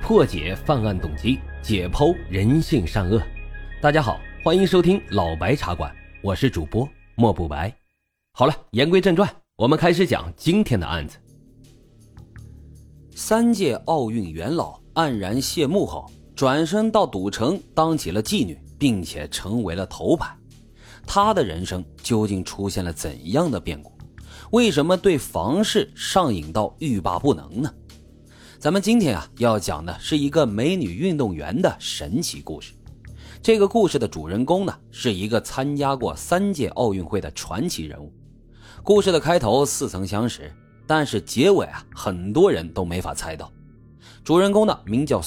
破解犯案动机，解剖人性善恶。大家好，欢迎收听老白茶馆，我是主播莫不白。好了，言归正传，我们开始讲今天的案子。3届奥运元老黯然谢幕后，转身到赌城当起了妓女，并且成为了头牌。他的人生究竟出现了怎样的变故？为什么对房事上瘾到欲罢不能呢？咱们今天要讲的是一个美女运动员的神奇故事。这个故事的主人公是一个参加过3届奥运会的传奇人物。故事的开头似曾相识，但是结尾很多人都没法猜到。主人公名叫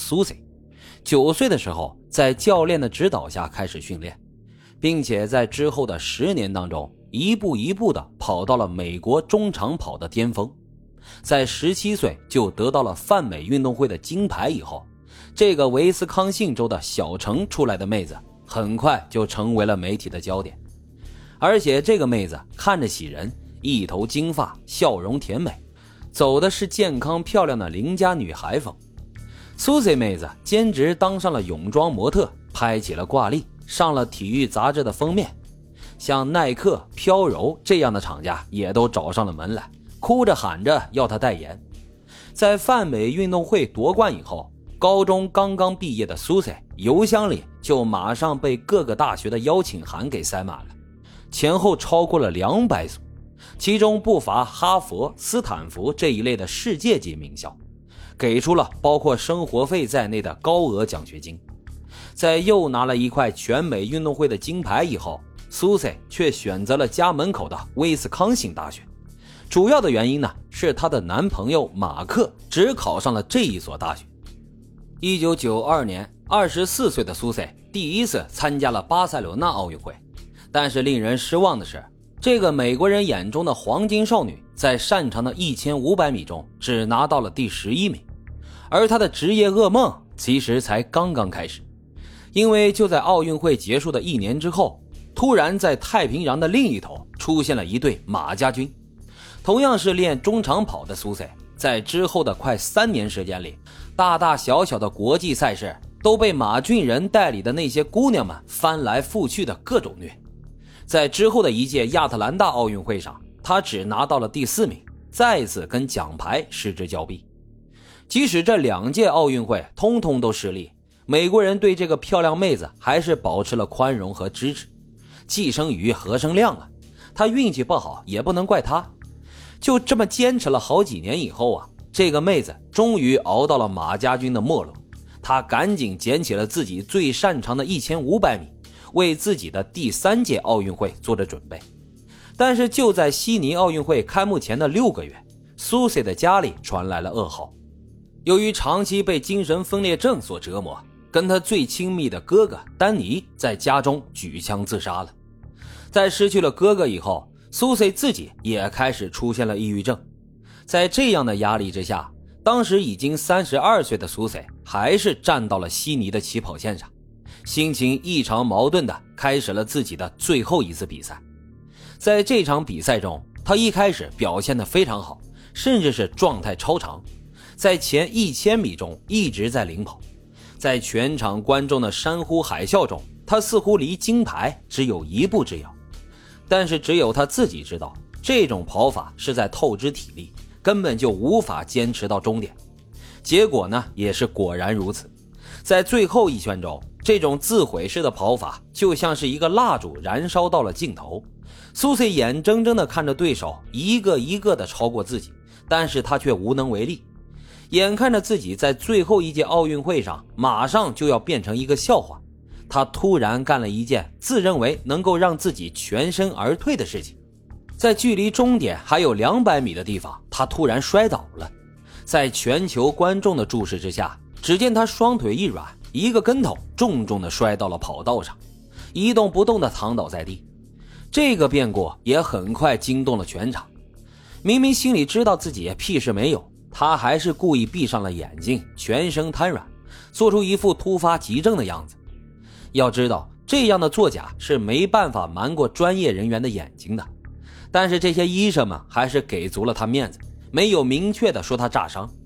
Susie，9 岁的时候在教练的指导下开始训练，并且在之后的10年当中一步一步地跑到了美国中长跑的巅峰。在17岁就得到了泛美运动会的金牌以后，这个威斯康星州的小城出来的妹子很快就成为了媒体的焦点。而且这个妹子看着喜人，一头金发，笑容甜美，走的是健康漂亮的邻家女孩风。Susie 妹子兼职当上了泳装模特，拍起了挂历，上了体育杂志的封面。像耐克、飘柔这样的厂家也都找上了门来，哭着喊着要她代言。在泛美运动会夺冠以后，高中刚刚毕业的 Susie 邮箱里就马上被各个大学的邀请函给塞满了，前后超过了200所，其中不乏哈佛、斯坦福这一类的世界级名校，给出了包括生活费在内的高额奖学金。在又拿了一块全美运动会的金牌以后， Susie 却选择了家门口的威斯康星大学。主要的原因是她的男朋友马克只考上了这一所大学。1992年24岁的 Susie 第一次参加了巴塞罗那奥运会，但是令人失望的是，这个美国人眼中的黄金少女在擅长的1500米中只拿到了第11名，而她的职业噩梦其实才刚刚开始。因为就在奥运会结束的1年之后，突然在太平洋的另一头出现了一队马家军。同样是练中长跑的 Susie， 在之后的快3年时间里，大大小小的国际赛事都被马俊仁代理的那些姑娘们翻来覆去的各种虐。在之后的一届亚特兰大奥运会上，她只拿到了第4名，再次跟奖牌失之交臂。即使这2届奥运会通通都失利，美国人对这个漂亮妹子还是保持了宽容和支持。既生瑜何生亮她运气不好也不能怪她。就这么坚持了好几年以后这个妹子终于熬到了马家军的没落。她赶紧捡起了自己最擅长的1500米，为自己的第3届奥运会做着准备。但是就在悉尼奥运会开幕前的6个月， Susie 的家里传来了噩耗。由于长期被精神分裂症所折磨，跟他最亲密的哥哥丹尼在家中举枪自杀了。在失去了哥哥以后， Susie 自己也开始出现了抑郁症。在这样的压力之下，当时已经32岁的 Susie 还是站到了悉尼的起跑线上，心情异常矛盾地开始了自己的最后一次比赛。在这场比赛中，他一开始表现得非常好，甚至是状态超常，在前1000米中一直在领跑。在全场观众的山呼海啸中，他似乎离金牌只有1步之遥。但是只有他自己知道，这种跑法是在透支体力，根本就无法坚持到终点。结果也是果然如此。在最后一圈中，这种自毁式的跑法就像是一个蜡烛燃烧到了尽头。Susie 眼睁睁地看着对手一个一个地超过自己，但是他却无能为力。眼看着自己在最后一届奥运会上马上就要变成一个笑话，他突然干了一件自认为能够让自己全身而退的事情。在距离终点还有200米的地方，他突然摔倒了。在全球观众的注视之下，只见他双腿一软，一个跟头重重地摔到了跑道上，一动不动地躺倒在地。这个变故也很快惊动了全场。明明心里知道自己屁事没有，他还是故意闭上了眼睛，全身瘫软，做出一副突发急症的样子。要知道，这样的作假是没办法瞒过专业人员的眼睛的。但是这些医生们还是给足了他面子，没有明确的说他炸伤。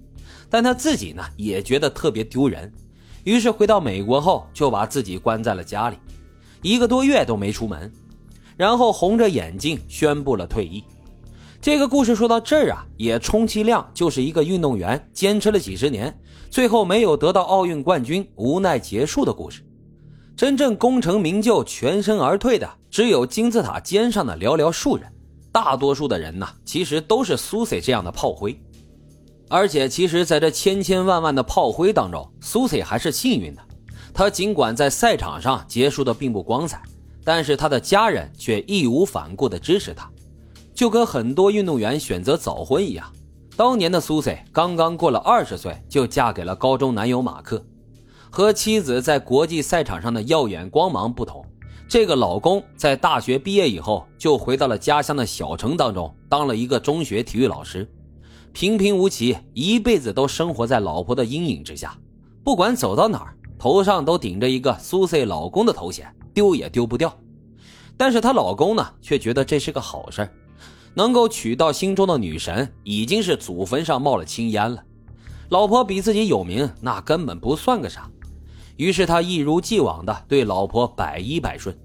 但他自己呢也觉得特别丢人，于是回到美国后就把自己关在了家里，1个多月都没出门，然后红着眼睛宣布了退役。这个故事说到这儿啊，也充其量就是一个运动员坚持了几十年，最后没有得到奥运冠军，无奈结束的故事。真正功成名就全身而退的只有金字塔尖上的寥寥数人，大多数的人呢其实都是苏塞这样的炮灰。而且其实在这千千万万的炮灰当中，苏塞还是幸运的，他尽管在赛场上结束的并不光彩，但是他的家人却义无反顾地支持他。就跟很多运动员选择早婚一样，当年的苏塞刚刚过了20岁就嫁给了高中男友马克。和妻子在国际赛场上的耀眼光芒不同，这个老公在大学毕业以后就回到了家乡的小城当中，当了一个中学体育老师，平平无奇，一辈子都生活在老婆的阴影之下，不管走到哪儿，头上都顶着一个苏塞老公的头衔，丢也丢不掉。但是她老公呢却觉得这是个好事，能够娶到心中的女神已经是祖坟上冒了青烟了，老婆比自己有名那根本不算个啥。于是他一如既往的对老婆百依百顺。